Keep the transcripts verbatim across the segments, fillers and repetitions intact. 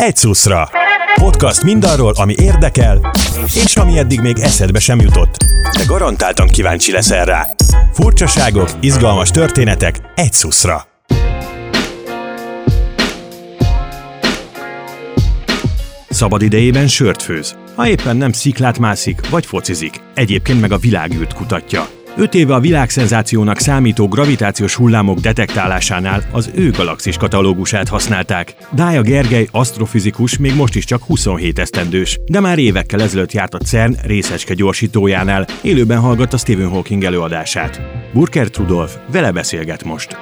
egy szuszra. Podcast mindarról, ami érdekel, és ami eddig még eszedbe sem jutott. De garantáltan kíváncsi leszel rá. Furcsaságok, izgalmas történetek, egy szuszra. Szabad idejében sört főz. Ha éppen nem sziklát mászik, vagy focizik. Egyébként meg a világűrt kutatja. Öt éve a világszenzációnak számító gravitációs hullámok detektálásánál az ő galaxis katalógusát használták. Dája Gergely asztrofizikus még most is csak huszonhét esztendős, de már évekkel ezelőtt járt a cern részecske gyorsítójánál, élőben hallgatta Stephen Hawking előadását. Burkert Rudolf vele beszélget most.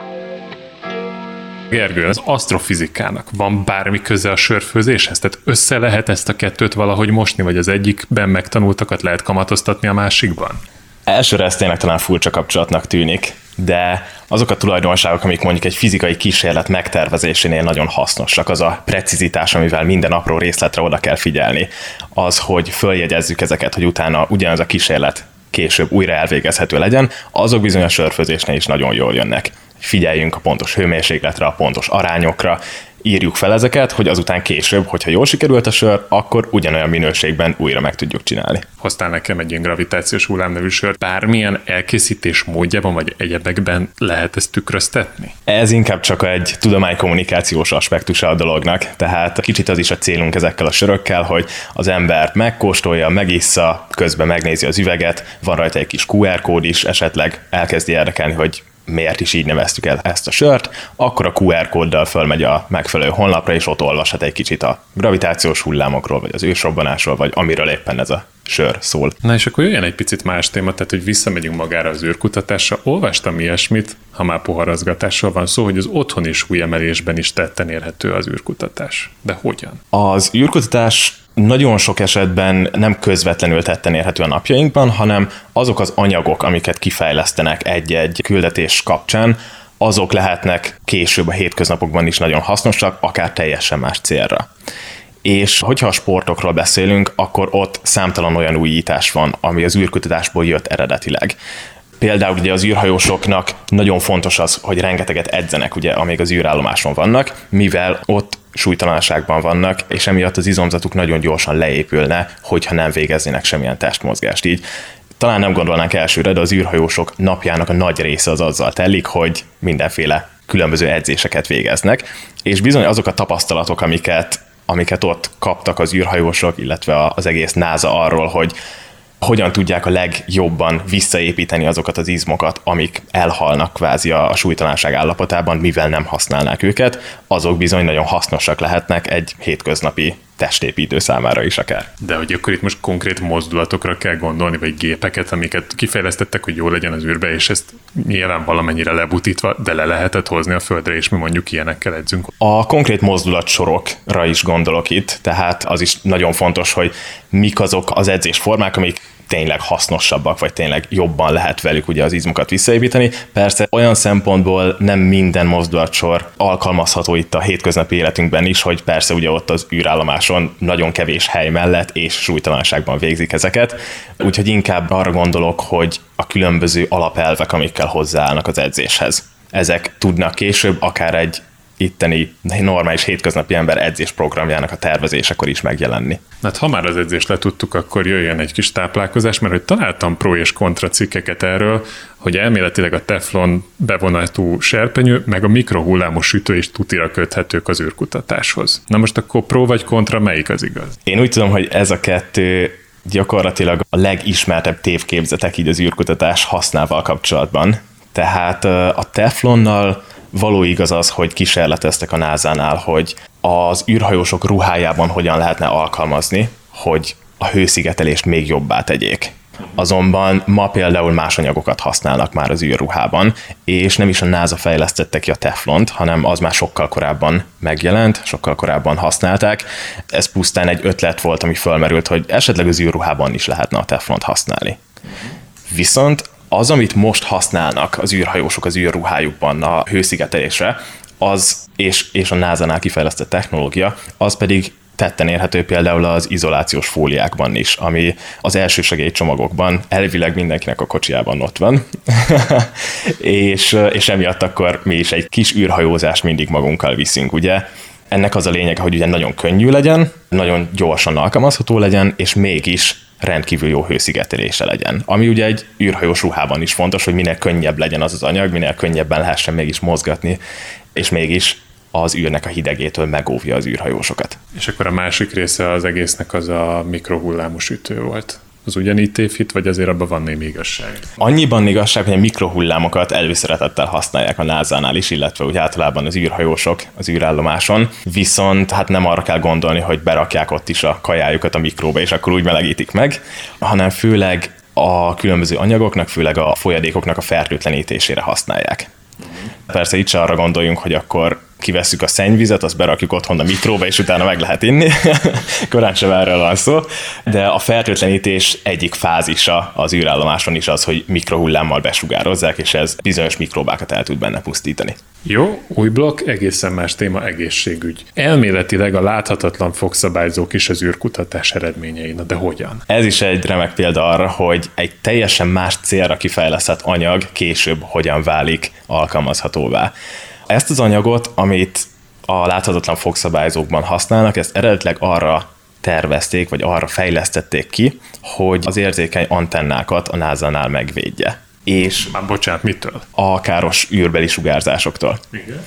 Gergő, az asztrofizikának van bármi köze a sörfőzéshez? Tehát össze lehet ezt a kettőt valahogy mosni, vagy az egyikben megtanultakat lehet kamatoztatni a másikban? Elsőre ez tényleg talán furcsa kapcsolatnak tűnik, de azok a tulajdonságok, amik mondjuk egy fizikai kísérlet megtervezésénél nagyon hasznosak, az a precizitás, amivel minden apró részletre oda kell figyelni, az, hogy följegyezzük ezeket, hogy utána ugyanaz a kísérlet később újra elvégezhető legyen, azok bizony a sörfőzésnél is nagyon jól jönnek. Figyeljünk a pontos hőmérsékletre, a pontos arányokra, írjuk fel ezeket, hogy azután később, hogyha jól sikerült a sör, akkor ugyanolyan minőségben újra meg tudjuk csinálni. Hoztál nekem egy ilyen gravitációs hullám nevű sört. Bármilyen elkészítés módjában vagy egyebekben lehet ezt tükröztetni? Ez inkább csak egy tudománykommunikációs aspektusa a dolognak, tehát kicsit az is a célunk ezekkel a sörökkel, hogy az ember megkóstolja, megissza, közben megnézi az üveget, van rajta egy kis kú er kód is, esetleg elkezdi érdekelni, hogy miért is így neveztük el ezt a sört, akkor a kú er kóddal fölmegy a megfelelő honlapra, és ott olvashat egy kicsit a gravitációs hullámokról, vagy az ősrobbanásról, vagy amiről éppen ez a sör szól. Na és akkor jöjjön egy picit más téma, tehát hogy visszamegyünk magára az űrkutatásra. Olvastam ilyesmit, ha már poharazgatásról van szó, hogy az otthoni súlyemelésben is tetten érhető az űrkutatás. De hogyan? Az űrkutatás nagyon sok esetben nem közvetlenül tetten érhető a napjainkban, hanem azok az anyagok, amiket kifejlesztenek egy-egy küldetés kapcsán, azok lehetnek később a hétköznapokban is nagyon hasznosak, akár teljesen más célra. És hogyha a sportokról beszélünk, akkor ott számtalan olyan újítás van, ami az űrkutatásból jött eredetileg. Például ugye az űrhajósoknak nagyon fontos az, hogy rengeteget edzenek, ugye, amíg az űrállomáson vannak, mivel ott súlytalanságban vannak, és emiatt az izomzatuk nagyon gyorsan leépülne, hogyha nem végeznének semmilyen testmozgást. Így talán nem gondolnánk elsőre, de az űrhajósok napjának a nagy része az azzal telik, hogy mindenféle különböző edzéseket végeznek, és bizony azok a tapasztalatok, amiket, amiket ott kaptak az űrhajósok, illetve az egész NASA arról, hogy hogyan tudják a legjobban visszaépíteni azokat az izmokat, amik elhalnak kvázi a súlytalanság állapotában, mivel nem használnák őket, azok bizony nagyon hasznosak lehetnek egy hétköznapi testépítő számára is akár. De hogy akkor itt most konkrét mozdulatokra kell gondolni, vagy gépeket, amiket kifejlesztettek, hogy jó legyen az űrbe, és ezt nyilván valamennyire lebutítva, de le lehetett hozni a földre, és mi mondjuk ilyenekkel edzünk. A konkrét mozdulatsorokra is gondolok itt, tehát az is nagyon fontos, hogy mik azok az edzésformák, amik tényleg hasznosabbak, vagy tényleg jobban lehet velük ugye az izmokat visszaépíteni. Persze olyan szempontból nem minden mozdulatsor alkalmazható itt a hétköznapi életünkben is, hogy persze ugye ott az űrállomáson nagyon kevés hely mellett és súlytalanságban végzik ezeket. Úgyhogy inkább arra gondolok, hogy a különböző alapelvek, amikkel hozzáállnak az edzéshez. Ezek tudnak később akár egy itteni normális hétköznapi ember edzésprogramjának a tervezésekor is megjelenni. Hát ha már az edzést letudtuk, akkor jöjjön egy kis táplálkozás, mert hogy találtam pro és kontra cikkeket erről, hogy elméletileg a teflon bevonatú serpenyő, meg a mikrohullámos sütő is tutira köthetők az űrkutatáshoz. Na most akkor pro vagy kontra, melyik az igaz? Én úgy tudom, hogy ez a kettő gyakorlatilag a legismertebb tévképzetek így az űrkutatás használval kapcsolatban. Tehát a teflonnal való igaz az, hogy kísérleteztek a násánál, hogy az űrhajósok ruhájában hogyan lehetne alkalmazni, hogy a hőszigetelést még jobbá tegyék. Azonban ma például más anyagokat használnak már az űrruhában, és nem is a NASA fejlesztette ki a teflont, hanem az már sokkal korábban megjelent, sokkal korábban használták. Ez pusztán egy ötlet volt, ami fölmerült, hogy esetleg az űrruhában is lehetne a teflont használni. Viszont az, amit most használnak az űrhajósok az űrruhájukban a hőszigetelésre, az és, és a násánál kifejlesztett technológia, az pedig tetten érhető például az izolációs fóliákban is, ami az elsősegélycsomagokban elvileg mindenkinek a kocsijában ott van, és, és emiatt akkor mi is egy kis űrhajózást mindig magunkkal viszünk, ugye? Ennek az a lényege, hogy ugye nagyon könnyű legyen, nagyon gyorsan alkalmazható legyen, és mégis rendkívül jó hőszigetelése legyen. Ami ugye egy űrhajós ruhában is fontos, hogy minél könnyebb legyen az az anyag, minél könnyebben lehessen mégis mozgatni, és mégis az űrnek a hidegétől megóvja az űrhajósokat. És akkor a másik része az egésznek az a mikrohullámos ütő volt. Az ugyanígy tévhit, vagy azért abban van némi igazság? Annyiban igazság, hogy a mikrohullámokat előszeretettel használják a násánál is, illetve úgy általában az űrhajósok az űrállomáson, viszont hát nem arra kell gondolni, hogy berakják ott is a kajájukat a mikróba, és akkor úgy melegítik meg, hanem főleg a különböző anyagoknak, főleg a folyadékoknak a fertőtlenítésére használják. Persze itt se arra gondoljunk, hogy akkor kivesszük a szennyvizet, azt berakjuk otthon a mikróba, és utána meg lehet inni. Korán sem erről van szó. De a fertőtlenítés egyik fázisa az űrállomáson is az, hogy mikrohullámmal besugározzák, és ez bizonyos mikróbákat el tud benne pusztítani. Jó, új blokk, egészen más téma, egészségügy. Elméletileg a láthatatlan fogszabályzók is az űrkutatás eredményei, na de hogyan? Ez is egy remek példa arra, hogy egy teljesen más célra kifejlesztett anyag később hogyan válik alkalmazhatóvá. Ezt az anyagot, amit a láthatatlan fogszabályzókban használnak, ezt eredetileg arra tervezték, vagy arra fejlesztették ki, hogy az érzékeny antennákat a násánál megvédje. És Már bocsánat, mitől? A káros űrbeli sugárzásoktól. Igen.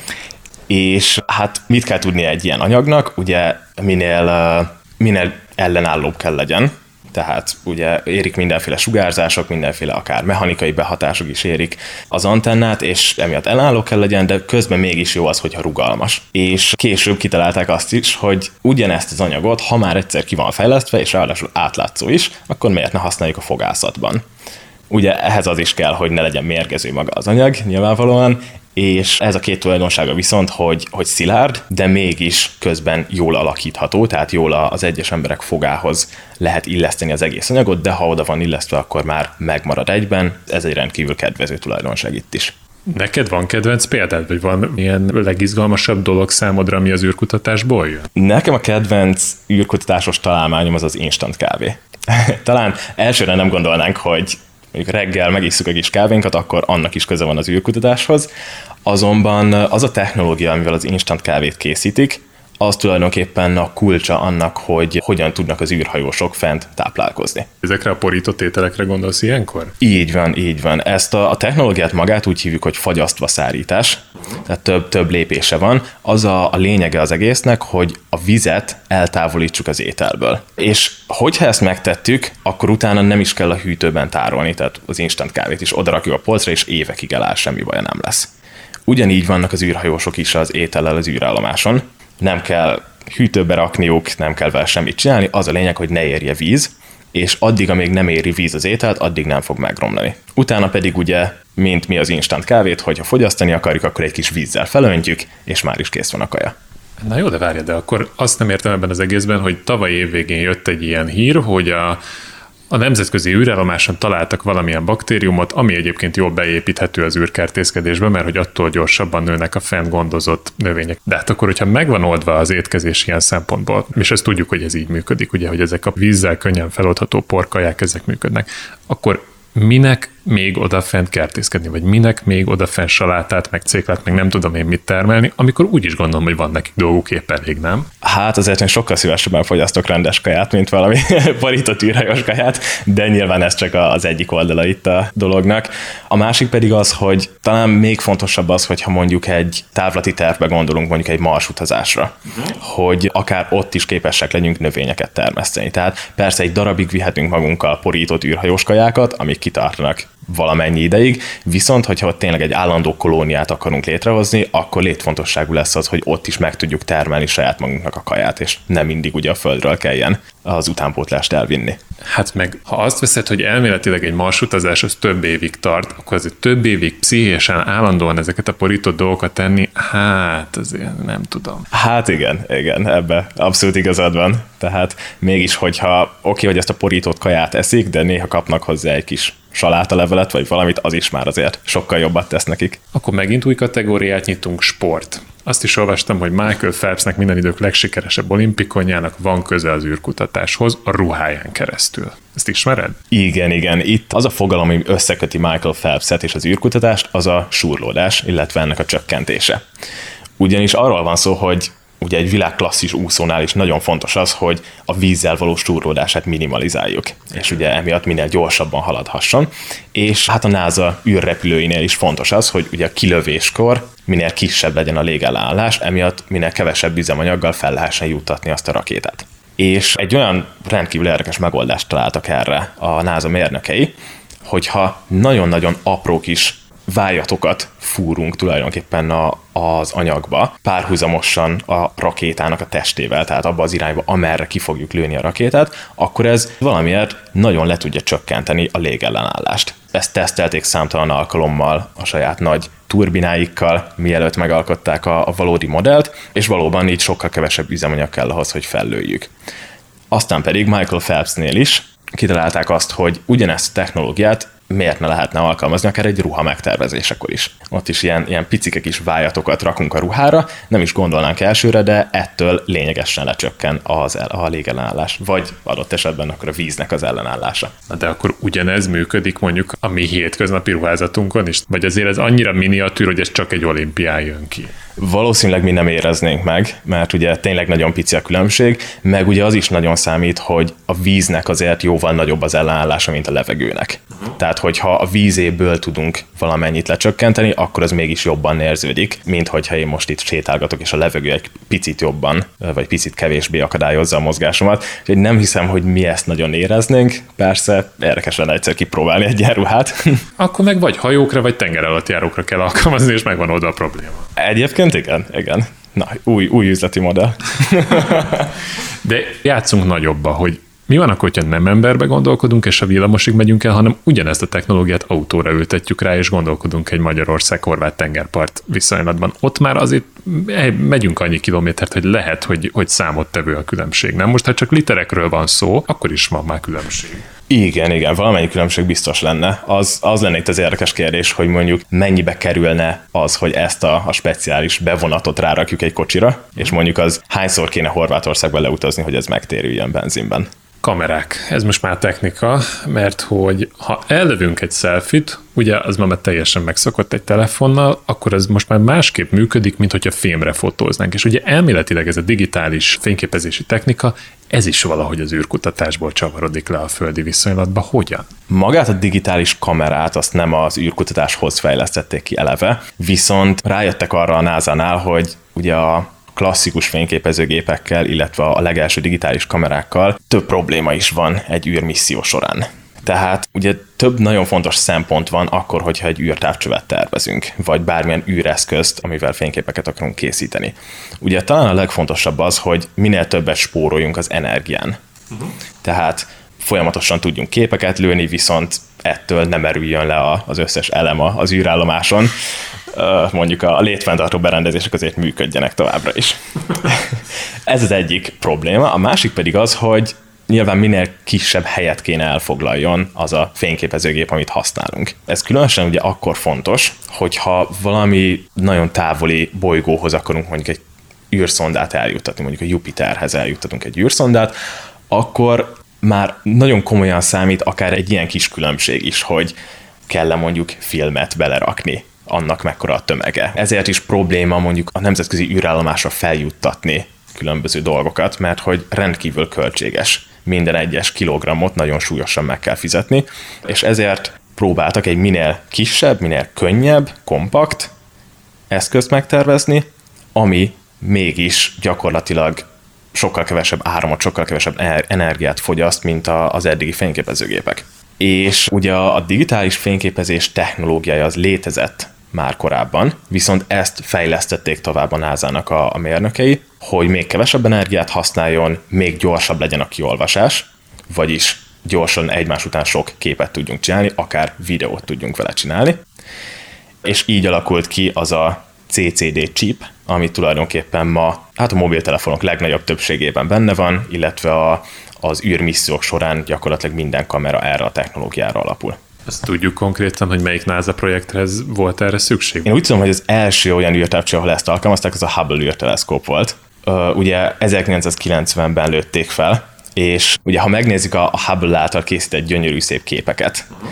És hát mit kell tudni egy ilyen anyagnak? Ugye minél, minél ellenállóbb kell legyen, tehát ugye érik mindenféle sugárzások, mindenféle akár mechanikai behatások is érik az antennát, és emiatt ellenálló kell legyen, de közben mégis jó az, hogyha rugalmas. És később kitalálták azt is, hogy ugyanezt az anyagot, ha már egyszer ki van fejlesztve, és ráadásul átlátszó is, akkor miért ne használjuk a fogászatban. Ugye ehhez az is kell, hogy ne legyen mérgező maga az anyag, nyilvánvalóan, és ez a két tulajdonsága viszont, hogy, hogy szilárd, de mégis közben jól alakítható, tehát jól az egyes emberek fogához lehet illeszteni az egész anyagot, de ha oda van illesztve, akkor már megmarad egyben. Ez egy rendkívül kedvező tulajdonság itt is. Neked van kedvenc példád, vagy van ilyen legizgalmasabb dolog számodra, ami az űrkutatásból jön? Nekem a kedvenc űrkutatásos találmányom az az instant kávé. Talán elsőre nem gondolnánk, hogy mondjuk reggel megisszuk a kis kávénkat, akkor annak is köze van az űrkutatáshoz. Azonban az a technológia, amivel az instant kávét készítik, az tulajdonképpen a kulcsa annak, hogy hogyan tudnak az űrhajósok fent táplálkozni. Ezekre a porított ételekre gondolsz ilyenkor? Így van, így van. Ezt a, a technológiát magát úgy hívjuk, hogy fagyasztva szárítás, tehát több, több lépése van. Az a, a lényege az egésznek, hogy a vizet eltávolítsuk az ételből. És hogyha ezt megtettük, akkor utána nem is kell a hűtőben tárolni, tehát az instant kávét is odarakjuk a polcra, és évekig eláll, semmi baja nem lesz. Ugyanígy vannak az űrhajósok is az étellel az űrállomáson. Nem kell hűtőbe rakniuk, nem kell vele semmit csinálni, az a lényeg, hogy ne érje víz, és addig, amíg nem éri víz az ételt, addig nem fog megromlani. Utána pedig ugye, mint mi az instant kávét, hogyha fogyasztani akarjuk, akkor egy kis vízzel felöntjük, és már is kész van a kaja. Na jó, de várj, de akkor azt nem értem ebben az egészben, hogy tavaly évvégén jött egy ilyen hír, hogy a A nemzetközi űrállomáson találtak valamilyen baktériumot, ami egyébként jól beépíthető az űrkertészkedésbe, mert hogy attól gyorsabban nőnek a fenn gondozott növények. De hát akkor, hogyha megvan oldva az étkezés ilyen szempontból, és ezt tudjuk, hogy ez így működik, ugye, hogy ezek a vízzel könnyen feloldható porkaják, ezek működnek, akkor minek még odafent kertészkedni, vagy minek még odafent salátát, meg céklát, meg nem tudom én mit termelni, amikor úgy is gondolom, hogy van nekik dolguk épp elég, nem? Hát azért én sokkal szívesebben fogyasztok rendes kaját, mint valami borított űrhajós kaját, de nyilván ez csak az egyik oldala itt a dolognak. A másik pedig az, hogy talán még fontosabb az, hogyha mondjuk egy távlati tervbe gondolunk, mondjuk egy Mars utazásra, uh-huh. hogy akár ott is képesek legyünk növényeket termeszteni. Tehát persze egy darabig vihetünk magunkkal porított űrhajós kajákat, amik kitartanak valamennyi ideig, viszont hogyha ott tényleg egy állandó kolóniát akarunk létrehozni, akkor létfontosságú lesz az, hogy ott is meg tudjuk termelni saját magunknak a kaját, és nem mindig ugye a földről kelljen az utánpótlást elvinni. Hát meg, ha azt veszed, hogy elméletileg egy marsutazás az több évig tart, akkor azért több évig pszichésen állandóan ezeket a porított dolgokat tenni, hát azért nem tudom. Hát igen, igen, ebbe abszolút igazad van. Tehát mégis, hogyha oké, hogy ezt a porított kaját eszik, de néha kapnak hozzá egy kis salátalevelet, vagy valamit, az is már azért sokkal jobbat tesz nekik. Akkor megint új kategóriát nyitunk, sport. Azt is olvastam, hogy Michael Phelpsnek minden idők legsikeresebb olimpikonjának van köze az űrkutatáshoz a ruháján keresztül. Ezt ismered? Igen, igen. Itt az a fogalom, ami összeköti Michael Phelpset és az űrkutatást, az a súrlódás, illetve ennek a csökkentése. Ugyanis arról van szó, hogy ugye egy világ klasszis úszónál is nagyon fontos az, hogy a vízzel való súrlódását minimalizáljuk, és ugye emiatt minél gyorsabban haladhasson. És hát a NASA űrrepülőinél is fontos az, hogy ugye a kilövéskor minél kisebb legyen a légellenállás, emiatt minél kevesebb üzemanyaggal fel lehessen juttatni azt a rakétát. És egy olyan rendkívül érdekes megoldást találtak erre a NASA mérnökei, hogyha nagyon-nagyon apró kis vájatokat fúrunk tulajdonképpen a, az anyagba, párhuzamosan a rakétának a testével, tehát abba az irányba, amerre ki fogjuk lőni a rakétát, akkor ez valamiért nagyon le tudja csökkenteni a légellenállást. Ezt tesztelték számtalan alkalommal a saját nagy turbináikkal, mielőtt megalkották a, a valódi modellt, és valóban így sokkal kevesebb üzemanyag kell ahhoz, hogy fellőjük. Aztán pedig Michael Phelpsnél is kitalálták azt, hogy ugyanezt a technológiát miért ne lehetne alkalmazni akár egy ruha megtervezésekor is. Ott is ilyen, ilyen picike kis vájatokat rakunk a ruhára, nem is gondolnánk elsőre, de ettől lényegesen lecsökken az, a légellenállás, vagy adott esetben akkor a víznek az ellenállása. Na de akkor ugyanez működik mondjuk a mi hétköznapi ruházatunkon is? Vagy azért ez annyira miniatűr, hogy ez csak egy olimpián jön ki? Valószínűleg mi nem éreznénk meg, mert ugye tényleg nagyon pici a különbség, meg ugye az is nagyon számít, hogy a víznek azért jóval nagyobb az ellenállása, mint a levegőnek. Uh-huh. Tehát, hogyha a vízéből tudunk valamennyit lecsökkenteni, akkor az mégis jobban érződik, mint hogyha én most itt sétálgatok, és a levegő egy picit jobban, vagy picit kevésbé akadályozza a mozgásomat. Úgyhogy nem hiszem, hogy mi ezt nagyon éreznénk. Persze, érdekes lenne egyszer kipróbálni egy ilyen ruhát. Akkor meg vagy hajókra, vagy tengeralattjárókra kell alkalmazni, és megvan oda a probléma. Egyébként igen, igen. Na, új, új üzleti modell. De játszunk nagyobba, hogy mi van akkor, hogyha nem emberbe gondolkodunk, és a villamosig megyünk el, hanem ugyanezt a technológiát autóra ültetjük rá, és gondolkodunk egy Magyarország-Horvát tengerpart viszonylatban. Ott már azért megyünk annyi kilométert, hogy lehet, hogy, hogy számottevő a különbség. Nem? Most, ha csak literekről van szó, akkor is van már különbség. Igen, igen, valamennyi különbség biztos lenne. Az, az lenne itt az érdekes kérdés, hogy mondjuk mennyibe kerülne az, hogy ezt a, a speciális bevonatot rárakjuk egy kocsira, és mondjuk az hányszor kéne Horvátországba leutazni, hogy ez megtérüljön benzinben. Kamerák. Ez most már technika, mert hogy ha ellövünk egy selfit, ugye az már teljesen megszokott egy telefonnal, akkor ez most már másképp működik, mint hogyha filmre fotóznánk. És ugye elméletileg ez a digitális fényképezési technika, ez is valahogy az űrkutatásból csavarodik le a földi viszonylatba. Hogyan? Magát a digitális kamerát azt nem az űrkutatáshoz fejlesztették ki eleve, viszont rájöttek arra a násánál, hogy ugye a klasszikus fényképezőgépekkel, illetve a legelső digitális kamerákkal több probléma is van egy űrmisszió során. Tehát ugye több nagyon fontos szempont van akkor, hogyha egy űrtávcsövet tervezünk, vagy bármilyen űreszközt, amivel fényképeket akarunk készíteni. Ugye talán a legfontosabb az, hogy minél többet spóroljunk az energián. Uh-huh. Tehát folyamatosan tudjunk képeket lőni, viszont ettől nem erüljön le az összes elem az űrállomáson. Mondjuk a létfenntartó berendezések azért működjenek továbbra is. Ez az egyik probléma. A másik pedig az, hogy nyilván minél kisebb helyet kéne elfoglaljon az a fényképezőgép, amit használunk. Ez különösen ugye akkor fontos, hogyha valami nagyon távoli bolygóhoz akarunk mondjuk egy űrszondát eljuttatni, mondjuk a Jupiterhez eljuttatunk egy űrszondát, akkor már nagyon komolyan számít akár egy ilyen kis különbség is, hogy kell-e mondjuk filmet belerakni, annak mekkora a tömege. Ezért is probléma mondjuk a nemzetközi űrállomásra feljuttatni különböző dolgokat, mert hogy rendkívül költséges. Minden egyes kilogrammot nagyon súlyosan meg kell fizetni, és ezért próbáltak egy minél kisebb, minél könnyebb, kompakt eszközt megtervezni, ami mégis gyakorlatilag sokkal kevesebb áramot, sokkal kevesebb energiát fogyaszt, mint az eddigi fényképezőgépek. És ugye a digitális fényképezés technológiája az létezett már korábban, viszont ezt fejlesztették tovább a násának a, a mérnökei, hogy még kevesebb energiát használjon, még gyorsabb legyen a kiolvasás, vagyis gyorsan egymás után sok képet tudjunk csinálni, akár videót tudjunk vele csinálni. És így alakult ki az a cé cé dé chip, ami tulajdonképpen ma hát a mobiltelefonok legnagyobb többségében benne van, illetve a, az űrmissziók során gyakorlatilag minden kamera erre a technológiára alapul. Azt tudjuk konkrétan, hogy melyik NASA projekthez volt erre szükség? Én úgy tudom, hogy az első olyan űrtávcső, ahol ezt alkalmazták, az a Hubble űrteleszkóp volt. Uh, ugye ezerkilencszázkilencvenben lőtték fel, és ugye ha megnézzük a, a Hubble által készített gyönyörű szép képeket, uh-huh.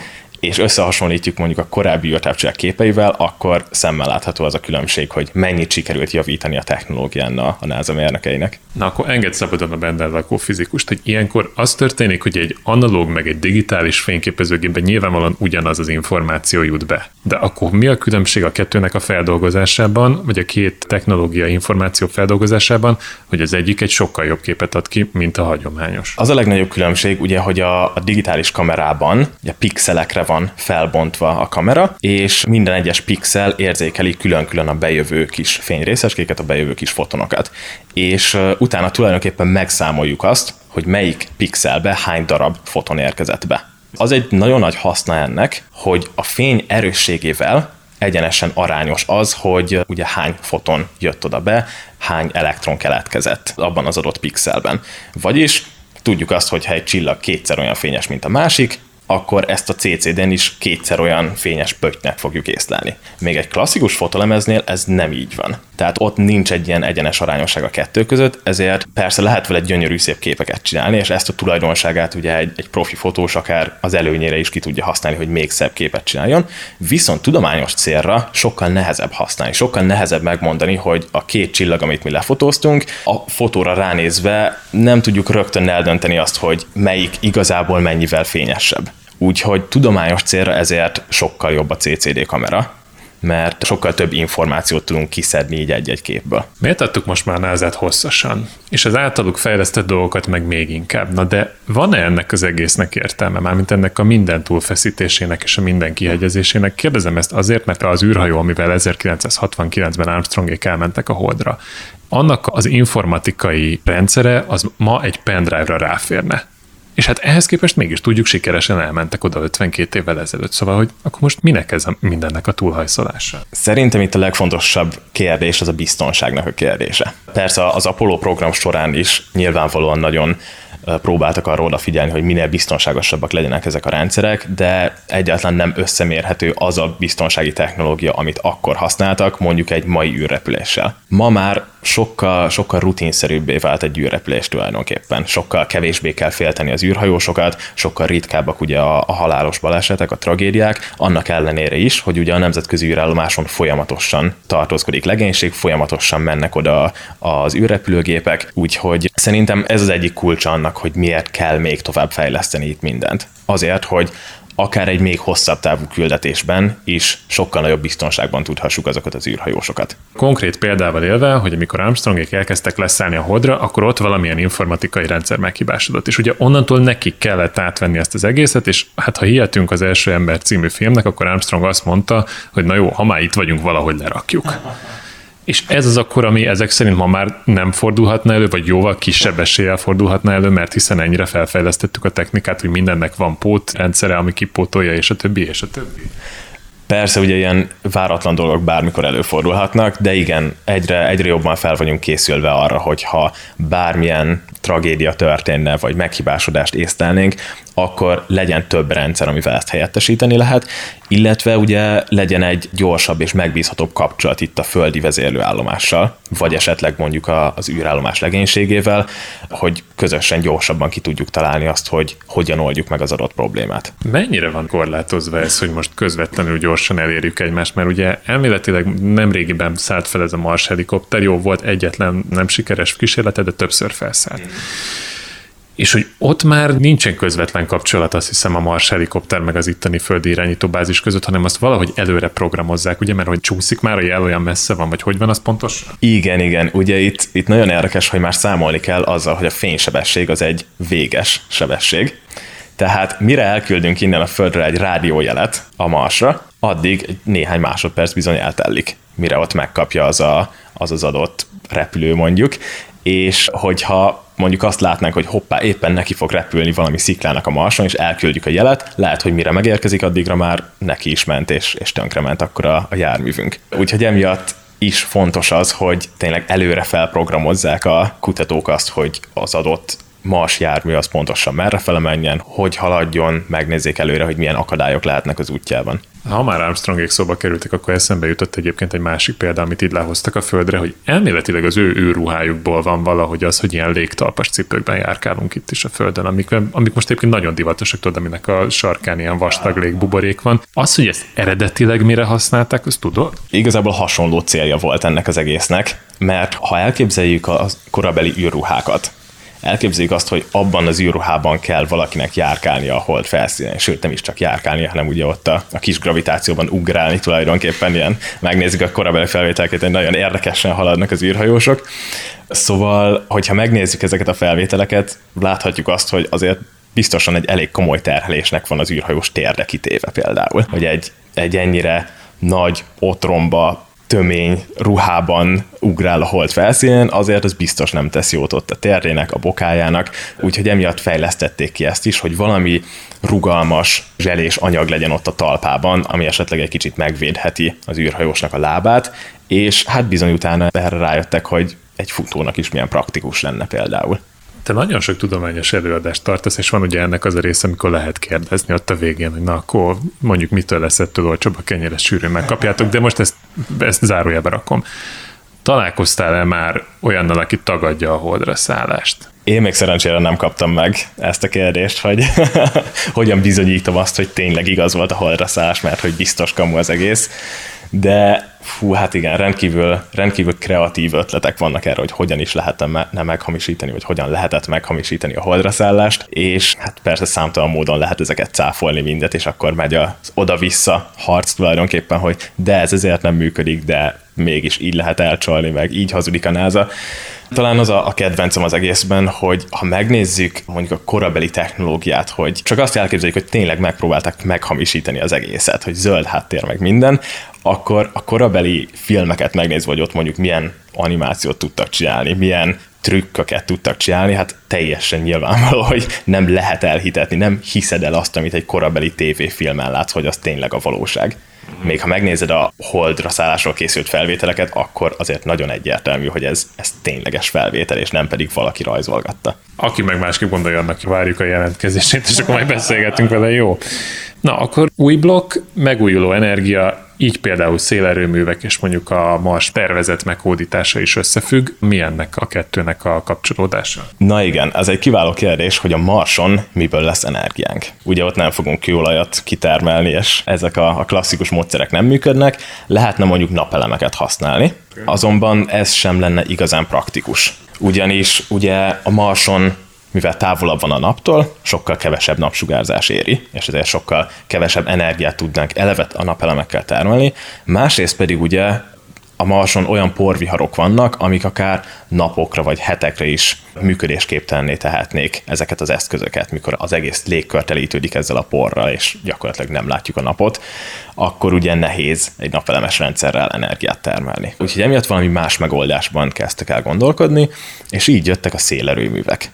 és összehasonlítjuk mondjuk a korábbi űrtávcsövek képeivel, akkor szemmel látható az a különbség, hogy mennyit sikerült javítani a technológián a NASA mérnökeinek. Na akkor engedd szabadon a benned lakó fizikust, hogy ilyenkor az történik, hogy egy analóg meg egy digitális fényképezőgépben nyilvánvalóan ugyanaz az információ jut be. De akkor mi a különbség a kettőnek a feldolgozásában, vagy a két technológia információ feldolgozásában, hogy az egyik egy sokkal jobb képet ad ki, mint a hagyományos? Az a legnagyobb különbség, ugye, hogy a, a digitális kamerában ugye pixelekre van felbontva a kamera, és minden egyes pixel érzékeli külön-külön a bejövő kis fényrészeskéket, a bejövő kis fotonokat. És uh, utána tulajdonképpen megszámoljuk azt, hogy melyik pixelbe hány darab foton érkezett be. Az egy nagyon nagy haszna ennek, hogy a fény erősségével egyenesen arányos az, hogy ugye hány foton jött oda be, hány elektron keletkezett abban az adott pixelben. Vagyis tudjuk azt, hogy ha egy csillag kétszer olyan fényes, mint a másik, akkor ezt a cé cé dén is kétszer olyan fényes pöttynek fogjuk észlelni. Még egy klasszikus fotolemeznél ez nem így van. Tehát ott nincs egy ilyen egyenes arányosság a kettő között, ezért persze lehet vele gyönyörű szép képeket csinálni, és ezt a tulajdonságát ugye egy, egy profi fotós akár az előnyére is ki tudja használni, hogy még szebb képet csináljon. Viszont tudományos célra sokkal nehezebb használni, sokkal nehezebb megmondani, hogy a két csillag, amit mi lefotóztunk, a fotóra ránézve nem tudjuk rögtön eldönteni azt, hogy melyik igazából mennyivel fényesebb. Úgyhogy tudományos célra ezért sokkal jobb a cé cé dé kamera, mert sokkal több információt tudunk kiszedni így egy-egy képből. Miért adtuk most már názát hosszasan? És az általuk fejlesztett dolgokat meg még inkább. Na de van-e ennek az egésznek értelme? Mármint ennek a minden túlfeszítésének és a minden kihegyezésének? Kérdezem ezt azért, mert az űrhajó, amivel ezerkilencszázhatvankilencben Armstrongék elmentek a Holdra, annak az informatikai rendszere az ma egy pendrive-ra ráférne. És hát ehhez képest mégis tudjuk, sikeresen elmentek oda ötvenkét évvel ezelőtt. Szóval, hogy akkor most minek ez a mindennek a túlhajszolása? Szerintem itt a legfontosabb kérdés az a biztonságnak a kérdése. Persze az Apollo program során is nyilvánvalóan nagyon próbáltak arra odafigyelni, hogy minél biztonságosabbak legyenek ezek a rendszerek, de egyáltalán nem összemérhető az a biztonsági technológia, amit akkor használtak, mondjuk egy mai űrrepüléssel. Ma már sokkal, sokkal rutinszerűbbé vált egy űrrepülés tulajdonképpen. Sokkal kevésbé kell félteni az űrhajósokat, sokkal ritkábbak ugye a, a halálos balesetek, a tragédiák, annak ellenére is, hogy ugye a nemzetközi űrállomáson folyamatosan tartózkodik legénység, folyamatosan mennek oda az űrrepülőgépek, úgyhogy szerintem ez az egyik kulcsa annak, hogy miért kell még tovább fejleszteni itt mindent. Azért, hogy akár egy még hosszabb távú küldetésben is sokkal nagyobb biztonságban tudhassuk azokat az űrhajósokat. Konkrét példával élve, hogy amikor Armstrongék elkezdtek leszállni a Holdra, akkor ott valamilyen informatikai rendszer meghibásodott, és ugye onnantól nekik kellett átvenni ezt az egészet, és hát ha hihetünk az Első ember című filmnek, akkor Armstrong azt mondta, hogy na jó, ha már itt vagyunk, valahogy lerakjuk. És ez az akkor, ami ezek szerint ma már nem fordulhatna elő, vagy jóval kisebb eséllyel fordulhatna elő, mert hiszen ennyire felfejlesztettük a technikát, hogy mindennek van pótrendszere, ami kipótolja, és a többi, és a többi. Persze ugye ilyen váratlan dolgok bármikor előfordulhatnak, de igen, egyre, egyre jobban fel vagyunk készülve arra, hogyha bármilyen tragédia történne, vagy meghibásodást észlelnénk, akkor legyen több rendszer, amivel ezt helyettesíteni lehet, illetve ugye legyen egy gyorsabb és megbízhatóbb kapcsolat itt a földi vezérlőállomással, vagy esetleg mondjuk az űrállomás legénységével, hogy közösen gyorsabban ki tudjuk találni azt, hogy hogyan oldjuk meg az adott problémát. Mennyire van korlátozva ez, hogy most közvetlenül gyorsan elérjük egymást, mert ugye elméletileg nemrégiben szállt fel ez a Mars helikopter, jó, volt egyetlen nem sikeres kísérlete, de többször felszállt. És hogy ott már nincsen közvetlen kapcsolat, azt hiszem, a Mars helikopter meg az itteni földi irányítóbázis között, hanem azt valahogy előre programozzák, ugye, mert hogy csúszik már, a jel olyan messze van, vagy hogy van az pontosan? Igen, igen. Ugye itt, itt nagyon érdekes, hogy már számolni kell azzal, hogy a fénysebesség az egy véges sebesség. Tehát mire elküldünk innen a Földre egy rádiójelet a Marsra, addig egy néhány másodperc bizony eltellik, mire ott megkapja az a, az, az adott repülő mondjuk, és hogyha mondjuk azt látnánk, hogy hoppá, éppen neki fog repülni valami sziklának a Marson, és elküldjük a jelet, lehet, hogy mire megérkezik, addigra már neki is ment, és, és tönkrement akkor a, a járművünk. Úgyhogy emiatt is fontos az, hogy tényleg előre felprogramozzák a kutatók azt, hogy az adott Mars jármű az pontosan merrefele menjen, hogy haladjon, megnézzék előre, hogy milyen akadályok lehetnek az útjában. Ha már Armstrongék szóba kerültek, akkor eszembe jutott egyébként egy másik példa, amit így lehoztak a Földre, hogy elméletileg az ő őruhájukból van valahogy az, hogy ilyen légtalpas cipőkben járkálunk itt is a Földön, amik, amik most egyébként nagyon divatosak, tudod, aminek a sarkán ilyen vastag légbuborék van. Az, hogy ezt eredetileg mire használták, azt tudod? Igazából hasonló célja volt ennek az egésznek, mert ha elképzeljük a korabeli űrruhákat, elképzeljük azt, hogy abban az űrruhában kell valakinek járkálnia a hold felszínén, sőt nem is csak járkálnia, hanem ugye ott a, a kis gravitációban ugrálni tulajdonképpen ilyen. Megnézzük a korabeli felvételeket, hogy nagyon érdekesen haladnak az űrhajósok. Szóval, hogyha megnézzük ezeket a felvételeket, láthatjuk azt, hogy azért biztosan egy elég komoly terhelésnek van az űrhajós térde kitéve például, hogy egy, egy ennyire nagy otromba, tömény ruhában ugrál a hold felszínén, azért az biztos nem tesz jót ott a térdének, a bokájának, úgyhogy emiatt fejlesztették ki ezt is, hogy valami rugalmas, zselés anyag legyen ott a talpában, ami esetleg egy kicsit megvédheti az űrhajósnak a lábát, és hát bizony utána erre rájöttek, hogy egy futónak is milyen praktikus lenne például. Te nagyon sok tudományos előadást tartasz, és van ugye ennek az a része, amikor lehet kérdezni ott a végén, hogy na akkor mondjuk mitől lesz ettől olcsóbb a kenyér, ezt sűrűn megkapjátok, de most ezt, ezt zárójelbe rakom. Találkoztál-e már olyannal, aki tagadja a holdra szállást? Én még szerencsére nem kaptam meg ezt a kérdést, hogy hogyan bizonyítom azt, hogy tényleg igaz volt a holdra szállás, mert hogy biztos kamu az egész. De fú, hát igen, rendkívül, rendkívül kreatív ötletek vannak erre, hogy hogyan is lehetne meghamisítani, vagy hogyan lehetett meghamisítani a holdra szállást, és hát persze számtalan módon lehet ezeket cáfolni mindet, és akkor megy az oda-vissza harc tulajdonképpen, hogy de ez ezért nem működik, de mégis így lehet elcsalni, meg így hazudik a NASA. Talán az a, a kedvencem az egészben, hogy ha megnézzük mondjuk a korabeli technológiát, hogy csak azt elképzeljük, hogy tényleg megpróbálták meghamisítani az egészet, hogy zöld háttér meg minden, akkor a korabeli filmeket megnézve, hogy ott mondjuk milyen animációt tudtak csinálni, milyen trükköket tudtak csinálni, hát teljesen nyilvánvaló, hogy nem lehet elhitetni, nem hiszed el azt, amit egy korabeli tévéfilmen látsz, hogy az tényleg a valóság. Még ha megnézed a holdra szállásról készült felvételeket, akkor azért nagyon egyértelmű, hogy ez, ez tényleges felvétel, és nem pedig valaki rajzolgatta. Aki meg másképp gondolja, annak várjuk a jelentkezését, és akkor majd beszélgetünk vele, jó? Na, akkor új blokk, megújuló energia, így például szélerőművek és mondjuk a Mars tervezett meghódítása is összefügg. Mi ennek a kettőnek a kapcsolódása? Na igen, ez egy kiváló kérdés, hogy a Marson miből lesz energiánk. Ugye ott nem fogunk kőolajat kitermelni, és ezek a, a klasszikus módszerek nem működnek. Lehetne mondjuk napelemeket használni, azonban ez sem lenne igazán praktikus. Ugyanis ugye a Marson, mivel távolabb van a naptól, sokkal kevesebb napsugárzás éri, és ezért sokkal kevesebb energiát tudnánk eleve a napelemekkel termelni. Másrészt pedig ugye a Marson olyan porviharok vannak, amik akár napokra vagy hetekre is működésképtelenné tehetnék ezeket az eszközöket, mikor az egész légkör telítődik ezzel a porral, és gyakorlatilag nem látjuk a napot, akkor ugye nehéz egy napelemes rendszerrel energiát termelni. Úgyhogy emiatt valami más megoldásban kezdtek el gondolkodni, és így jöttek a szélerőművek.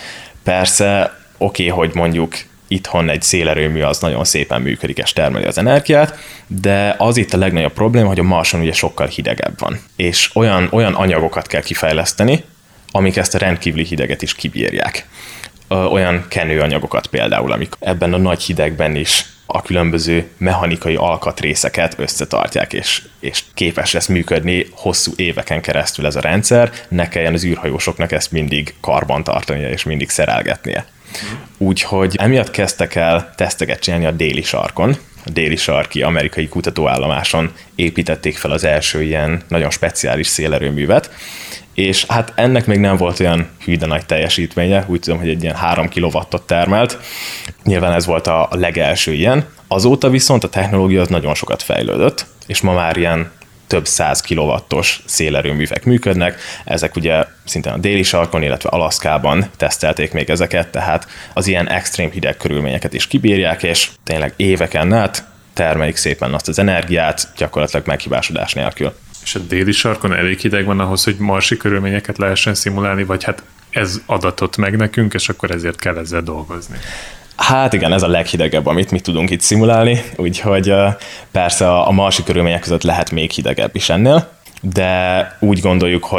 Persze, oké, okay, hogy mondjuk itthon egy szélerőmű az nagyon szépen működik és termeli az energiát, de az itt a legnagyobb probléma, hogy a Marson ugye sokkal hidegebb van. És olyan, olyan anyagokat kell kifejleszteni, amik ezt a rendkívüli hideget is kibírják. Olyan kenőanyagokat például, amik ebben a nagy hidegben is a különböző mechanikai alkatrészeket összetartják, és, és képes lesz működni hosszú éveken keresztül ez a rendszer, ne kelljen az űrhajósoknak ezt mindig karban tartania, és mindig szerelgetnie. Úgyhogy emiatt kezdtek el teszteket csinálni a déli sarkon. A déli sarki amerikai kutatóállomáson építették fel az első ilyen nagyon speciális szélerőművet, és hát ennek még nem volt olyan hű de nagy teljesítménye, úgy tudom, hogy egy ilyen három kilowattot termelt. Nyilván ez volt a legelső ilyen. Azóta viszont a technológia az nagyon sokat fejlődött, és ma már ilyen több száz kilowattos szélerőművek működnek. Ezek ugye szintén a déli sarkon, illetve Alaszkában tesztelték még ezeket, tehát az ilyen extrém hideg körülményeket is kibírják, és tényleg éveken át termelik szépen azt az energiát, gyakorlatilag meghibásodás nélkül. És a déli sarkon elég hideg van ahhoz, hogy marsi körülményeket lehessen szimulálni, vagy hát ez adatot meg nekünk, és akkor ezért kell ezzel dolgozni? Hát igen, ez a leghidegebb, amit mi tudunk itt szimulálni, úgyhogy persze a marsi körülmények között lehet még hidegebb is ennél, de úgy gondoljuk, hogy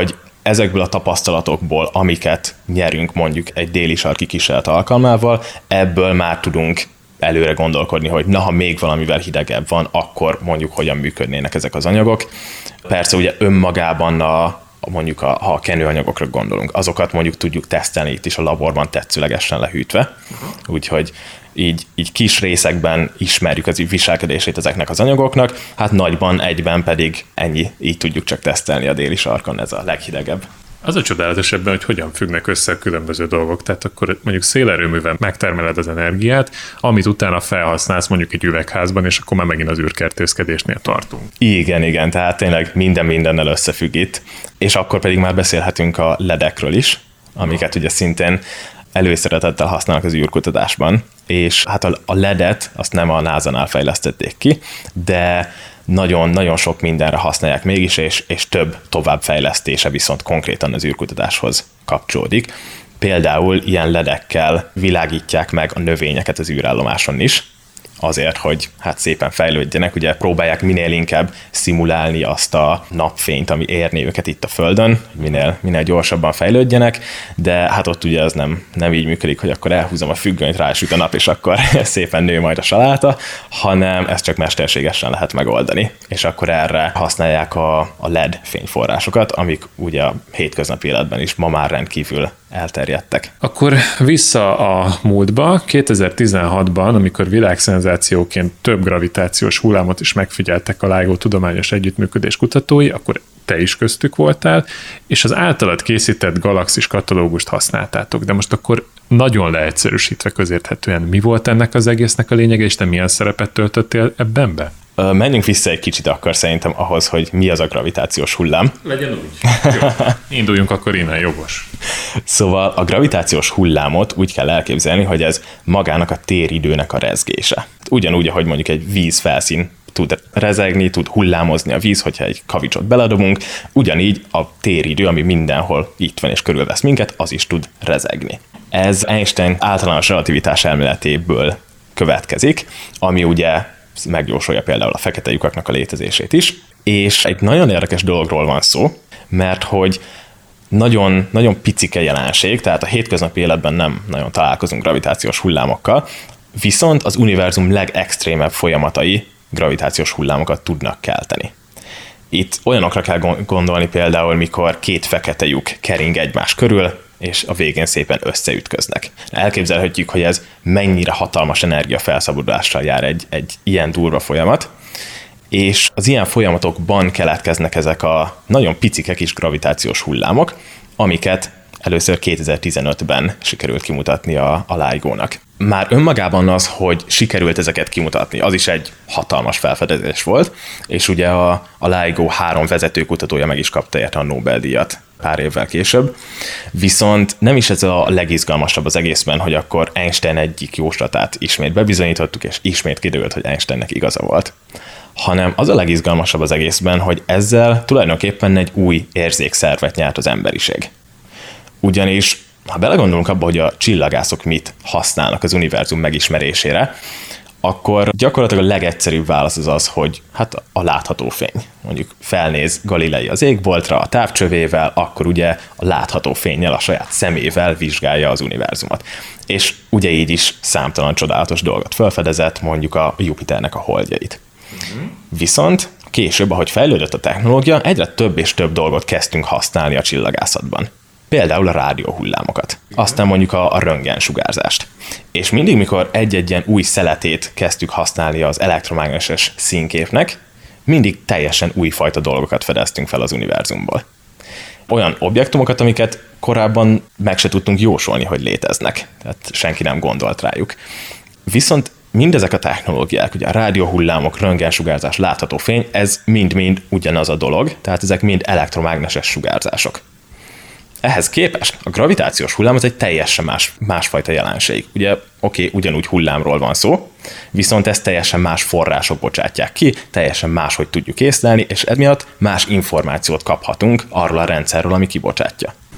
ezekből a tapasztalatokból, amiket nyerünk mondjuk egy déli sarki kísérlet alkalmával, ebből már tudunk előre gondolkodni, hogy na, ha még valamivel hidegebb van, akkor mondjuk hogyan működnének ezek az anyagok. Persze ugye önmagában a mondjuk a, ha a kenőanyagokra gondolunk, azokat mondjuk tudjuk tesztelni itt is a laborban tetszőlegesen lehűtve, úgyhogy így, így kis részekben ismerjük az viselkedését ezeknek az anyagoknak, hát nagyban, egyben pedig ennyi, így tudjuk csak tesztelni a déli sarkon, ez a leghidegebb. Az a csodálatos ebben, hogy hogyan függnek össze a különböző dolgok. Tehát akkor mondjuk szélerőművel megtermeled az energiát, amit utána felhasználsz mondjuk egy üvegházban, és akkor már megint az űrkertészkedésnél tartunk. Igen, igen, tehát tényleg minden mindennel összefügg itt. És akkor pedig már beszélhetünk a ledekről is, amiket ugye szintén előszeretettel használnak az űrkutatásban. És hát a ledet azt nem a NASA-nál fejlesztették ki, de nagyon-nagyon sok mindenre használják mégis, és, és több továbbfejlesztése viszont konkrétan az űrkutatáshoz kapcsolódik. Például ilyen ledekkel világítják meg a növényeket az űrállomáson is, azért, hogy hát szépen fejlődjenek, ugye próbálják minél inkább szimulálni azt a napfényt, ami érni őket itt a Földön, minél, minél gyorsabban fejlődjenek, de hát ott ugye az nem, nem így működik, hogy akkor elhúzom a függönyt, rásüt a nap, és akkor szépen nő majd a saláta, hanem ezt csak mesterségesen lehet megoldani, és akkor erre használják a, a led fényforrásokat, amik ugye a hétköznapi életben is ma már rendkívül elterjedtek. Akkor vissza a múltba, kétezer-tizenhatban, amikor világszenzációként több gravitációs hullámot is megfigyeltek a LIGO tudományos együttműködés kutatói, akkor te is köztük voltál, és az általad készített galaxis katalógust használtátok, de most akkor nagyon leegyszerűsítve közérthetően mi volt ennek az egésznek a lényege, és te milyen szerepet töltöttél ebben be? Menjünk vissza egy kicsit akkor szerintem ahhoz, hogy mi az a gravitációs hullám. Legyen úgy. Jó. Induljunk akkor innen, jogos. Szóval a gravitációs hullámot úgy kell elképzelni, hogy ez magának a téridőnek a rezgése. Ugyanúgy, ahogy mondjuk egy vízfelszín tud rezegni, tud hullámozni a víz, hogyha egy kavicsot beledobunk, ugyanígy a téridő, ami mindenhol itt van és körülvesz minket, az is tud rezegni. Ez Einstein általános relativitás elméletéből következik, ami ugye megjósolja például a fekete lyukaknak a létezését is, és egy nagyon érdekes dologról van szó, mert hogy nagyon, nagyon picike jelenség, tehát a hétköznapi életben nem nagyon találkozunk gravitációs hullámokkal, viszont az univerzum legextrémebb folyamatai gravitációs hullámokat tudnak kelteni. Itt olyanokra kell gondolni például, mikor két fekete lyuk kering egymás körül, és a végén szépen összeütköznek. Elképzelhetjük, hogy ez mennyire hatalmas energiafelszabadítással jár egy, egy ilyen durva folyamat, és az ilyen folyamatokban keletkeznek ezek a nagyon picike kis gravitációs hullámok, amiket először kétezer-tizenötben sikerült kimutatni a, a LIGO-nak. Már önmagában az, hogy sikerült ezeket kimutatni, az is egy hatalmas felfedezés volt, és ugye a, a LIGO három vezető kutatója meg is kapta érte a Nobel-díjat pár évvel később. Viszont nem is ez a legizgalmasabb az egészben, hogy akkor Einstein egyik jóslatát ismét bebizonyítottuk, és ismét kiderült, hogy Einsteinnek igaza volt. Hanem az a legizgalmasabb az egészben, hogy ezzel tulajdonképpen egy új érzékszervet nyert az emberiség. Ugyanis, ha belegondolunk abba, hogy a csillagászok mit használnak az univerzum megismerésére, akkor gyakorlatilag a legegyszerűbb válasz az az, hogy hát a látható fény. Mondjuk felnéz Galilei az égboltra a távcsövével, akkor ugye a látható fénnyel, a saját szemével vizsgálja az univerzumot. És ugye így is számtalan csodálatos dolgot felfedezett, mondjuk a Jupiternek a holdjait. Uh-huh. Viszont később, ahogy fejlődött a technológia, egyre több és több dolgot kezdtünk használni a csillagászatban. Például a rádióhullámokat, aztán mondjuk a, a röntgensugárzást. És mindig, mikor egy-egy ilyen új szeletét kezdtük használni az elektromágneses színképnek, mindig teljesen újfajta dolgokat fedeztünk fel az univerzumból. Olyan objektumokat, amiket korábban meg se tudtunk jósolni, hogy léteznek. Tehát senki nem gondolt rájuk. Viszont mindezek a technológiák, ugye a rádióhullámok, röntgensugárzás, látható fény, ez mind-mind ugyanaz a dolog, tehát ezek mind elektromágneses sugárzások. Ehhez képest a gravitációs hullám az egy teljesen más, másfajta jelenség. Ugye, oké, okay, ugyanúgy hullámról van szó, viszont ezt teljesen más források bocsátják ki, teljesen máshogy tudjuk észlelni, és emiatt más információt kaphatunk arról a rendszerről, ami kibocsátja.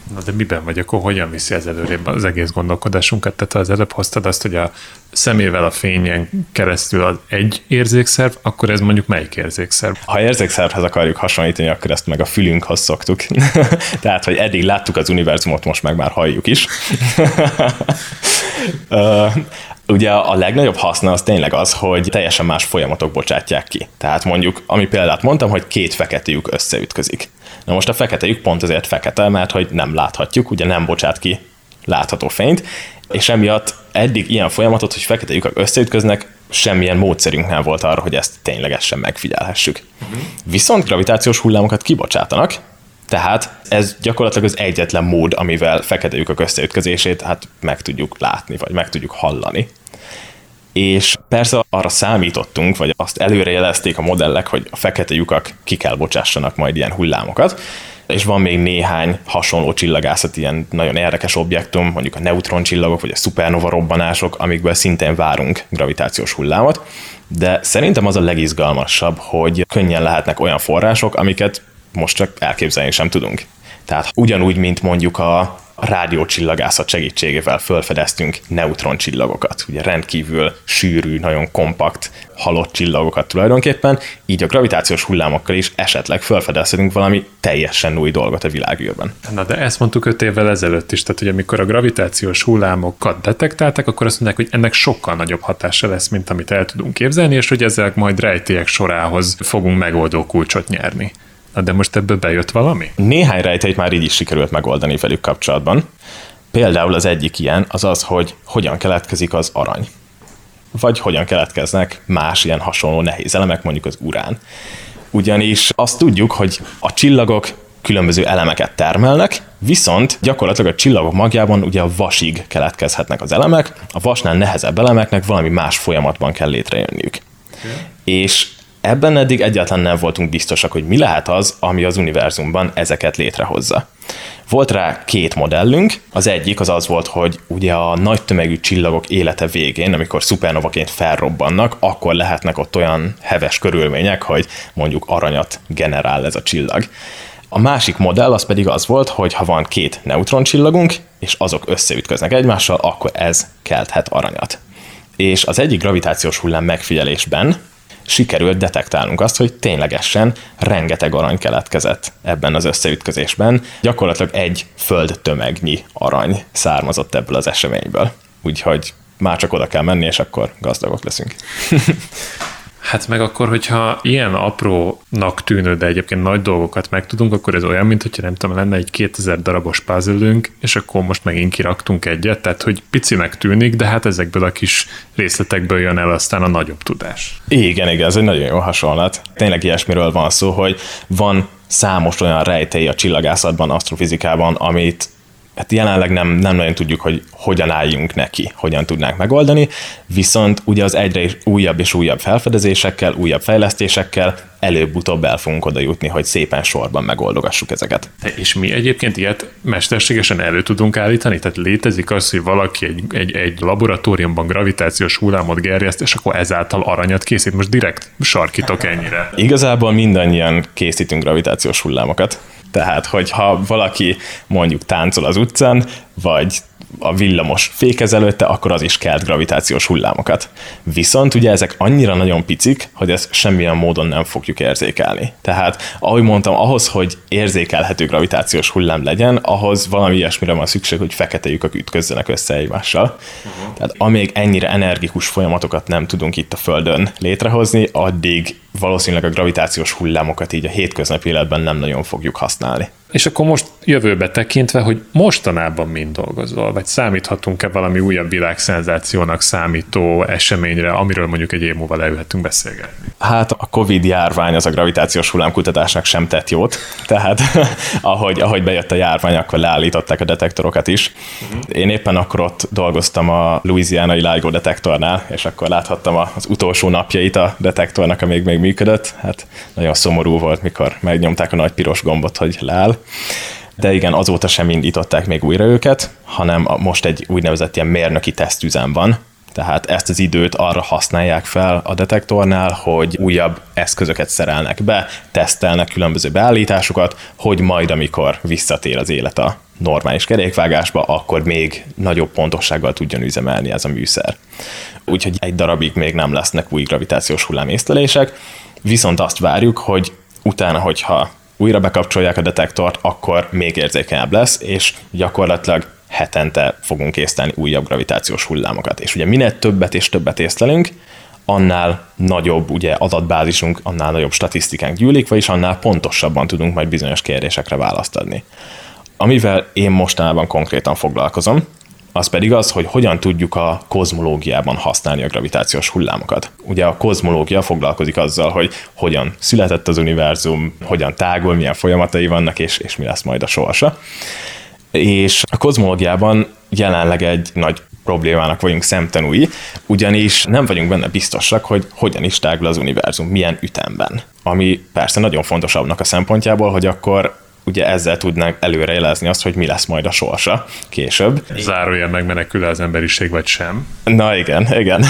Na de miben vagy, akkor hogyan viszi ez előrébb az egész gondolkodásunkat? Tehát az előbb hoztad azt, hogy a szemével a fényen keresztül az egy érzékszerv, akkor ez mondjuk melyik érzékszerv? Ha érzékszervhez akarjuk hasonlítani, akkor ezt meg a fülünkhöz szoktuk. Tehát, hogy eddig láttuk az univerzumot, most meg már halljuk is. uh, Ugye a legnagyobb haszna az tényleg az, hogy teljesen más folyamatok bocsátják ki. Tehát mondjuk, ami példát mondtam, hogy két fekete lyuk összeütközik. Na most a fekete lyuk pont azért fekete, mert hogy nem láthatjuk, ugye nem bocsát ki látható fényt, és emiatt eddig ilyen folyamatot, hogy fekete lyukak összeütköznek, semmilyen módszerünk nem volt arra, hogy ezt ténylegesen megfigyelhessük. Uh-huh. Viszont gravitációs hullámokat kibocsátanak, tehát ez gyakorlatilag az egyetlen mód, amivel fekete lyukak összeütközését hát meg tudjuk látni, vagy meg tudjuk hallani. És persze arra számítottunk, vagy azt előrejelezték a modellek, hogy a fekete lyukak ki kell bocsássanak majd ilyen hullámokat, és van még néhány hasonló csillagászat, ilyen nagyon érdekes objektum, mondjuk a neutroncsillagok, vagy a szupernova robbanások, amikből szintén várunk gravitációs hullámot, de szerintem az a legizgalmasabb, hogy könnyen lehetnek olyan források, amiket most csak elképzelni sem tudunk. Tehát ugyanúgy, mint mondjuk a rádiócsillagászat segítségével felfedeztünk neutroncsillagokat, ugye rendkívül sűrű, nagyon kompakt, halott csillagokat tulajdonképpen, így a gravitációs hullámokkal is esetleg felfedezhetünk valami teljesen új dolgot a világűrben. Na de ezt mondtuk öt évvel ezelőtt is, tehát hogy amikor a gravitációs hullámokat detektálták, akkor azt mondják, hogy ennek sokkal nagyobb hatása lesz, mint amit el tudunk képzelni, és hogy ezzel majd rejtélyek sorához fogunk megoldó kulcsot nyerni. De most ebből bejött valami? Néhány rejtélyt már így is sikerült megoldani velük kapcsolatban. Például az egyik ilyen az az, hogy hogyan keletkezik az arany. Vagy hogyan keletkeznek más ilyen hasonló nehéz elemek, mondjuk az urán. Ugyanis azt tudjuk, hogy a csillagok különböző elemeket termelnek, viszont gyakorlatilag a csillagok magjában ugye a vasig keletkezhetnek az elemek, a vasnál nehezebb elemeknek valami más folyamatban kell létrejönniük. Okay. És ebben eddig egyáltalán nem voltunk biztosak, hogy mi lehet az, ami az univerzumban ezeket létrehozza. Volt rá két modellünk, az egyik az az volt, hogy ugye a nagy tömegű csillagok élete végén, amikor szupernovaként felrobbannak, akkor lehetnek ott olyan heves körülmények, hogy mondjuk aranyat generál ez a csillag. A másik modell az pedig az volt, hogy ha van két neutroncsillagunk, és azok összeütköznek egymással, akkor ez kelthet aranyat. És az egyik gravitációs hullám megfigyelésben sikerült detektálnunk azt, hogy ténylegesen rengeteg arany keletkezett ebben az összeütközésben. Gyakorlatilag egy föld tömegnyi arany származott ebből az eseményből. Úgyhogy már csak oda kell menni, és akkor gazdagok leszünk. Hát meg akkor, hogyha ilyen aprónak tűnő, de egyébként nagy dolgokat megtudunk, akkor ez olyan, mint hogyha nem tudom, lenne egy kétezer darabos puzzle-ünk, és akkor most megint kiraktunk egyet, tehát hogy picinek tűnik, de hát ezekből a kis részletekből jön el aztán a nagyobb tudás. Igen, igen, ez egy nagyon jó hasonlat. Tényleg ilyesmiről van szó, hogy van számos olyan rejtély a csillagászatban, asztrofizikában, amit hát jelenleg nem, nem nagyon tudjuk, hogy hogyan álljunk neki, hogyan tudnánk megoldani, viszont ugye az egyre újabb és újabb felfedezésekkel, újabb fejlesztésekkel előbb-utóbb el fogunk oda jutni, hogy szépen sorban megoldogassuk ezeket. És mi egyébként ilyet mesterségesen elő tudunk állítani? Tehát létezik az, hogy valaki egy, egy, egy laboratóriumban gravitációs hullámot gerjeszt, és akkor ezáltal aranyat készít? Most direkt sarkítok ennyire. Igazából mindannyian készítünk gravitációs hullámokat. Tehát, hogyha valaki mondjuk táncol az utcán, vagy a villamos fékez előtte, akkor az is kelt gravitációs hullámokat. Viszont ugye ezek annyira nagyon picik, hogy ezt semmilyen módon nem fogjuk érzékelni. Tehát, ahogy mondtam, ahhoz, hogy érzékelhető gravitációs hullám legyen, ahhoz valami ilyesmire van szükség, hogy fekete lyukak ütközzenek össze egymással. Uh-huh. Tehát amíg ennyire energikus folyamatokat nem tudunk itt a Földön létrehozni, addig valószínűleg a gravitációs hullámokat így a hétköznapi életben nem nagyon fogjuk használni. És akkor most jövőbe tekintve, hogy mostanában mind dolgozol, vagy számíthatunk-e valami újabb világszenzációnak számító eseményre, amiről mondjuk egy év múlva leülhetünk beszélgetni? Hát a Covid járvány az a gravitációs hullámkutatásnak sem tett jót, tehát ahogy, ahogy bejött a járvány, akkor leállították a detektorokat is. Uh-huh. Én éppen akkor ott dolgoztam a Louisianai LIGO detektornál, és akkor láthattam az utolsó napjait a detektornak, amíg még működött. Hát nagyon szomorú volt, mikor megnyomták a nagy piros gombot, hogy leáll. De igen, azóta sem indították még újra őket, hanem most egy úgynevezett ilyen mérnöki tesztüzem van, Tehát ezt az időt arra használják fel a detektornál, hogy újabb eszközöket szerelnek be, tesztelnek különböző beállításokat, hogy majd amikor visszatér az élet a normális kerékvágásba, akkor még nagyobb pontossággal tudjon üzemelni ez a műszer. Úgyhogy egy darabig még nem lesznek új gravitációs hullámészlelések, viszont azt várjuk, hogy utána, hogyha újra bekapcsolják a detektort, akkor még érzékenyebb lesz, és gyakorlatilag hetente fogunk észlelni újabb gravitációs hullámokat. És ugye minél többet és többet észlelünk, annál nagyobb ugye adatbázisunk, annál nagyobb statisztikánk gyűlik, vagyis annál pontosabban tudunk majd bizonyos kérdésekre választ adni. Amivel én mostanában konkrétan foglalkozom, az pedig az, hogy hogyan tudjuk a kozmológiában használni a gravitációs hullámokat. Ugye a kozmológia foglalkozik azzal, hogy hogyan született az univerzum, hogyan tágul, milyen folyamatai vannak, és, és mi lesz majd a sorsa. És a kozmológiában jelenleg egy nagy problémának vagyunk szemtanúi, ugyanis nem vagyunk benne biztosak, hogy hogyan is tágul az univerzum, milyen ütemben. Ami persze nagyon fontosabbnak a szempontjából, hogy akkor ugye ezzel tudnánk előrejelezni azt, hogy mi lesz majd a sorsa később. Zárójel megmenekül az emberiség, vagy sem? Na igen, igen.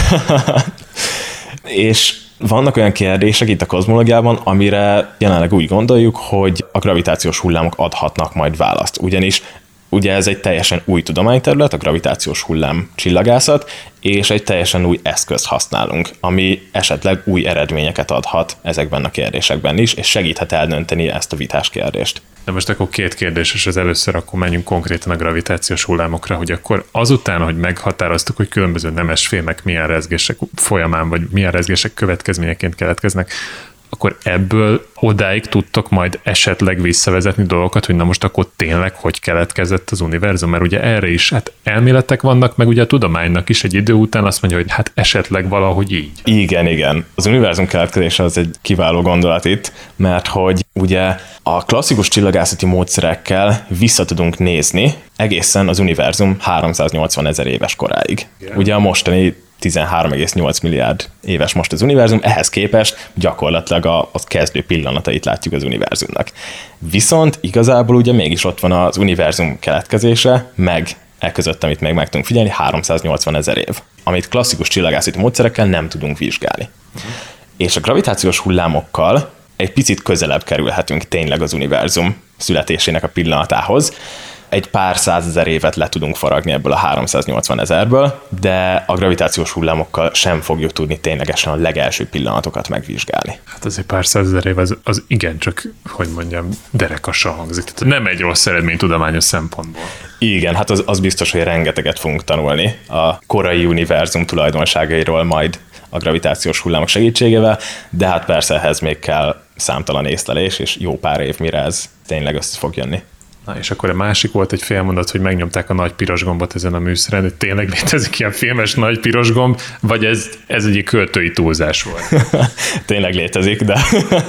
És vannak olyan kérdések itt a kozmológiában, amire jelenleg úgy gondoljuk, hogy a gravitációs hullámok adhatnak majd választ. Ugyanis ugye ez egy teljesen új tudományterület, a gravitációs hullám csillagászat, és egy teljesen új eszközt használunk, ami esetleg új eredményeket adhat ezekben a kérdésekben is, és segíthet eldönteni ezt a vitás kérdést. De most akkor két kérdés, és az először akkor menjünk konkrétan a gravitációs hullámokra, hogy akkor azután, hogy meghatároztuk, hogy különböző nemesfémek milyen rezgések folyamán, vagy milyen rezgések következményeként keletkeznek, akkor ebből odáig tudtok majd esetleg visszavezetni dolgokat, hogy na most akkor tényleg hogy keletkezett az univerzum, mert ugye erre is hát elméletek vannak, meg ugye a tudománynak is egy idő után azt mondja, hogy hát esetleg valahogy így. Igen, igen. Az univerzum keletkezése az egy kiváló gondolat itt, mert hogy ugye a klasszikus csillagászati módszerekkel vissza tudunk nézni egészen az univerzum háromszáznyolcvan ezer éves koráig. Igen. Ugye a mostani tizenhárom egész nyolc milliárd éves most az univerzum, ehhez képest gyakorlatilag a, a kezdő pillanatait látjuk az univerzumnak. Viszont igazából ugye mégis ott van az univerzum keletkezése, meg e között, amit még meg tudunk figyelni, háromszáznyolcvan ezer év, amit klasszikus csillagászati módszerekkel nem tudunk vizsgálni. Uh-huh. És a gravitációs hullámokkal egy picit közelebb kerülhetünk tényleg az univerzum születésének a pillanatához. Egy pár százezer évet le tudunk faragni ebből a háromszáznyolcvan ezerből, de a gravitációs hullámokkal sem fogjuk tudni ténylegesen a legelső pillanatokat megvizsgálni. Hát azért pár százezer év az, az igencsak, hogy mondjam, derekasan hangzik. Tehát nem egy rossz eredmény tudományos szempontból. Igen, hát az, az biztos, hogy rengeteget fogunk tanulni a korai univerzum tulajdonságairól majd a gravitációs hullámok segítségével, de hát persze ehhez még kell számtalan észlelés, és jó pár év, mire ez tényleg össze fog jönni. Na, és akkor a másik volt egy félmondat, hogy megnyomták a nagy piros gombot ezen a műszeren, hogy tényleg létezik ilyen filmes nagy piros gomb, vagy ez, ez egy költői túlzás volt? Tényleg létezik, de,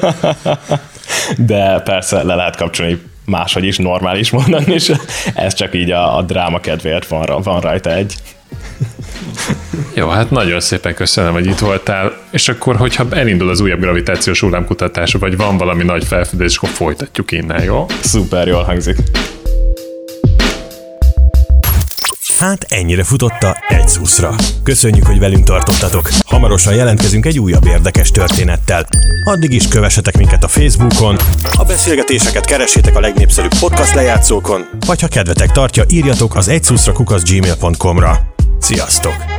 de persze le lehet kapcsolni máshogy is, normális módon is. Ez csak így a, a dráma kedvéért van, van rajta egy. Jó, hát nagyon szépen köszönöm, hogy itt voltál, és akkor, hogyha elindul az újabb gravitációs hullámkutatás, vagy van valami nagy felfedezés, akkor folytatjuk innen, jó? Szuper, jól hangzik. Hát ennyire futotta egy szuszra. Köszönjük, hogy velünk tartottatok. Hamarosan jelentkezünk egy újabb érdekes történettel. Addig is kövessetek minket a Facebookon, a beszélgetéseket keressétek a legnépszerűbb podcast lejátszókon, vagy ha kedvetek tartja, írjatok az egyszuszra kukac gmail pont com-ra. Sziasztok!